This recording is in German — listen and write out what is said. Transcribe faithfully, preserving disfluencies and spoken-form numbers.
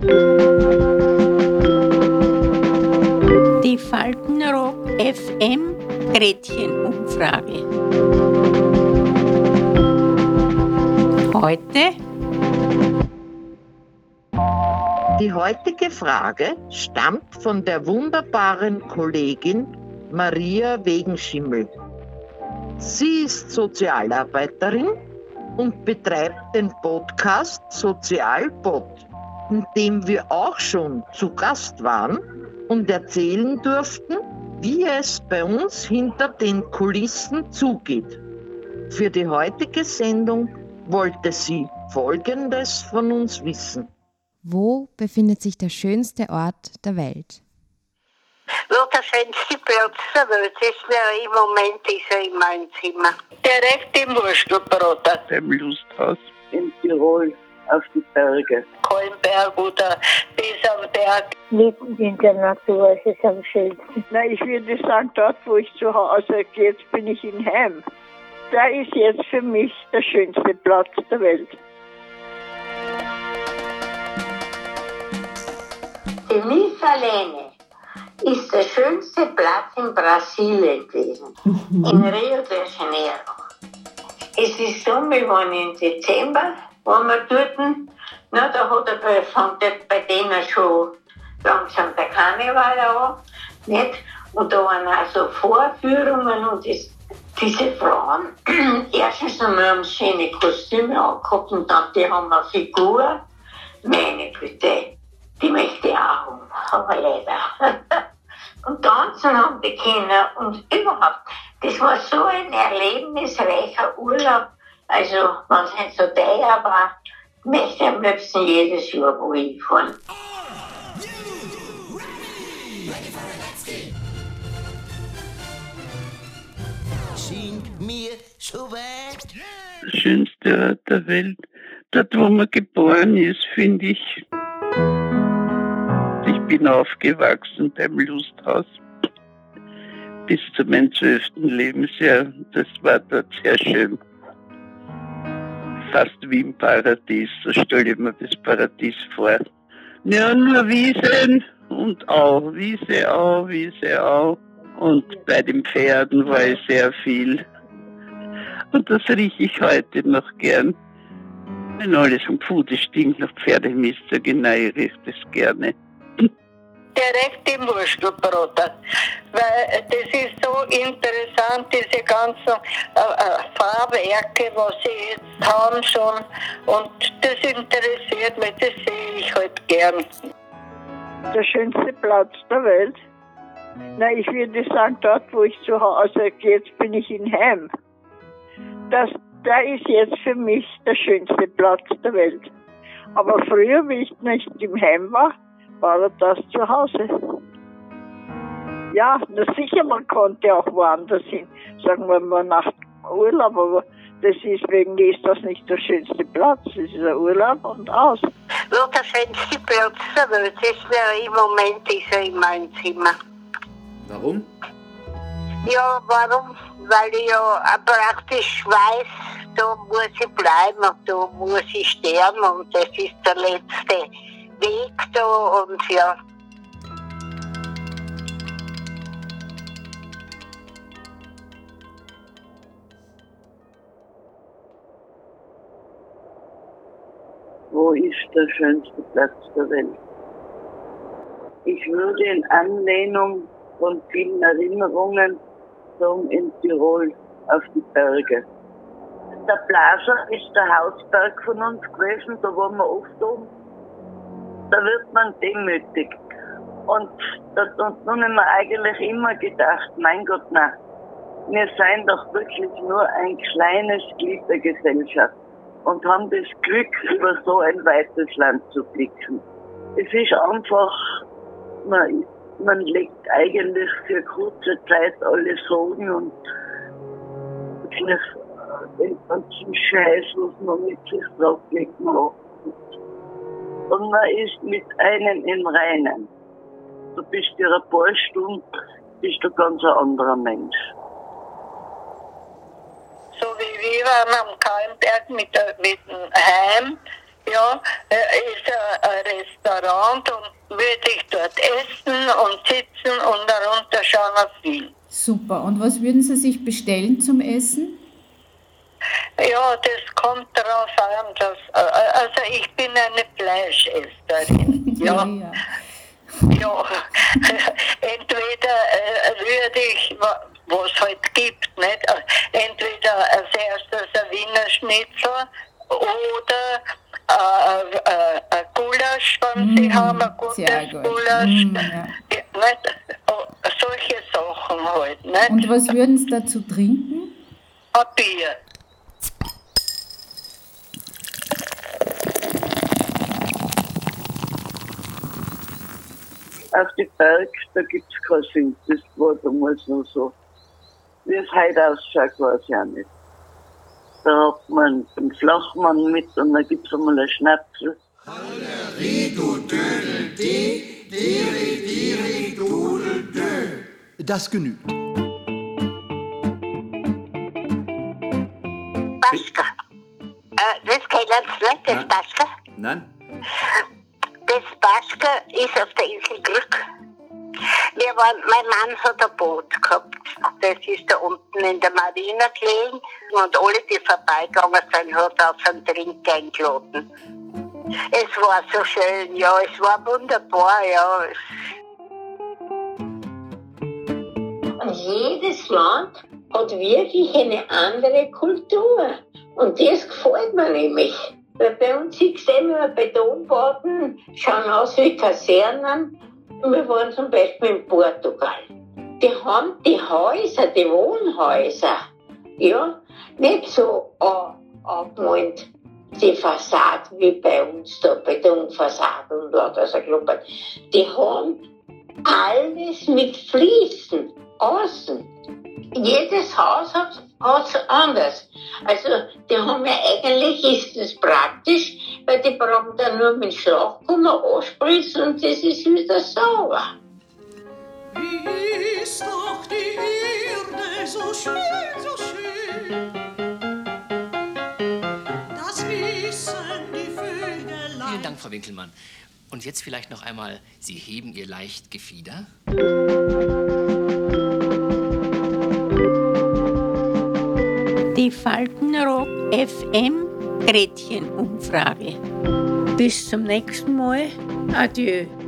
Die Faltenrock F M Gretchenumfrage. Heute? Die heutige Frage stammt von der wunderbaren Kollegin Maria Wegenschimmel. Sie ist Sozialarbeiterin und betreibt den Podcast Sozialpod, in dem wir auch schon zu Gast waren und erzählen durften, wie es bei uns hinter den Kulissen zugeht. Für die heutige Sendung wollte sie Folgendes von uns wissen. Wo befindet sich der schönste Ort der Welt? Ja, der schönste Platz der Welt, das wäre im Moment dieser in meinem Zimmer. Direkt im Wurstelbroter. Beim Lusthaus in Tirol auf die Berge. Kolmberg oder Besamberg. Mitten in der Natur ist es am schönsten. Na, ich würde sagen, dort, wo ich zu Hause gehe, jetzt bin ich in Heim. Da ist jetzt für mich der schönste Platz der Welt. Für mich alleine ist der schönste Platz in Brasilien gewesen, in Rio de Janeiro. Es ist so, wir waren im Dezember, waren wir dort, na, da hat er bei, fängt bei denen schon langsam der Karneval an, nicht? Und da waren also Vorführungen und das, diese Frauen, erstens einmal haben sie schöne Kostüme angehabt und dann die haben eine Figur, meine Güte. Die möchte ich auch haben, aber leider. Und tanzen haben die Kinder und überhaupt. Das war so ein erlebnisreicher Urlaub. Also, wenn es nicht so teuer war, möchte ich am liebsten jedes Jahr wohin fahren. Sind mir so weit? Das schönste Ort der Welt, dort wo man geboren ist, finde ich. Ich bin aufgewachsen beim Lusthaus bis zu meinem zwölften Lebensjahr. Das war dort sehr schön. Fast wie im Paradies, so stelle ich mir das Paradies vor. Ja, nur Wiesen und Au, Wiese, Au, Wiese, Au. Und bei den Pferden war ich sehr viel. Und das rieche ich heute noch gern. Wenn alles am Pfude stinkt nach Pferdemist, so genau, ich rieche das gerne. Direkt im Wurstelbroter. Weil das ist so interessant, diese ganzen äh, äh, Fahrwerke, was sie jetzt haben schon. Und das interessiert mich, das sehe ich halt gern. Der schönste Platz der Welt? Na, ich würde sagen, dort, wo ich zu Hause gehe, jetzt bin ich in Heim. Das, da ist jetzt für mich der schönste Platz der Welt. Aber früher, wie ich nicht im Heim war, war das zu Hause. Ja, na sicher, man konnte auch woanders hin, sagen wir mal nach Urlaub, aber das ist wegen ist das nicht der schönste Platz, das ist ein Urlaub und aus. Ja, der schönste Platz der Welt, das wäre im Moment dieser in meinem Zimmer. Warum? Ja, warum? Weil ich ja praktisch weiß, da muss ich bleiben und da muss ich sterben und das ist der letzte Weg da und ja. Wo ist der schönste Platz der Welt? Ich würde in Anlehnung von vielen Erinnerungen sagen, in Tirol auf die Berge. Der Plaza ist der Hausberg von uns gewesen, da waren wir oft oben. Da wird man demütig. Und da und nun haben wir eigentlich immer gedacht, mein Gott, nein, wir seien doch wirklich nur ein kleines Glied der Gesellschaft und haben das Glück, über so ein weites Land zu blicken. Es ist einfach, man, man legt eigentlich für kurze Zeit alles Sorgen und wirklich den ganzen Scheiß, was man mit sich drauflegt, macht. Und man ist mit einem im Reinen. Du bist dir ein paar Stunden, bist du ganz ein anderer Mensch. So wie wir waren am Kalmberg mit, der, mit dem Heim, Ja, äh, ist ein, ein Restaurant und würde ich dort essen und sitzen und darunter schauen auf Film. Super. Und was würden Sie sich bestellen zum Essen? Ja, das kommt darauf an, dass, äh, also ich bin eine Fleischesserin. Ja, ja. ja. Entweder äh, würde ich, wa- was es halt gibt, nicht? Entweder als erstes ein Wiener Schnitzel oder äh, äh, ein Gulasch, wenn Sie Mm, haben, ein gutes sehr gut. Gulasch. Mm, ja. Ja, nicht? Oh, solche Sachen halt, nicht? Und was würden Sie dazu trinken? Ein Bier. Auf die Berg, da gibt es kein Sinn. Das war damals noch so. Wie es heute ausschaut, weiß ich auch nicht. Da hat man den Flachmann mit und dann gibt es einmal einen Schnapsel. Das genügt. Baschka. Äh, das kennen Sie nicht, das Nein. Baschka. Nein? Das Baschka ist auf der Insel Glück. Wir waren, mein Mann hat ein Boot gehabt. Das ist da unten in der Marina gelegen. Und alle, die vorbeigegangen sind, hat auf einen Trink eingeladen. Es war so schön, ja, es war wunderbar, ja. Und jedes Land hat wirklich eine andere Kultur. Und das gefällt mir nämlich. Weil bei uns siehst du immer Betonbauten, schauen aus wie Kasernen. Wir waren zum Beispiel in Portugal. Die haben die Häuser, die Wohnhäuser, ja, nicht so äh, abgemalt, die Fassade wie bei uns da, Betonfassade und lauter so Klumpern. Die haben alles mit Fliesen, außen. Jedes Haus hat es anders. Also, die haben ja eigentlich, ist das praktisch, weil die brauchen dann nur mit Schlagkummer anspritzen und das ist wieder sauber. Wie ist doch die Erde so schön, so schön. Das wissen die Vögelein. Vielen Dank, Frau Winkelmann. Und jetzt vielleicht noch einmal, Sie heben Ihr leicht Gefieder. Die Faltenrock F M Gretchenumfrage. Bis zum nächsten Mal. Adieu.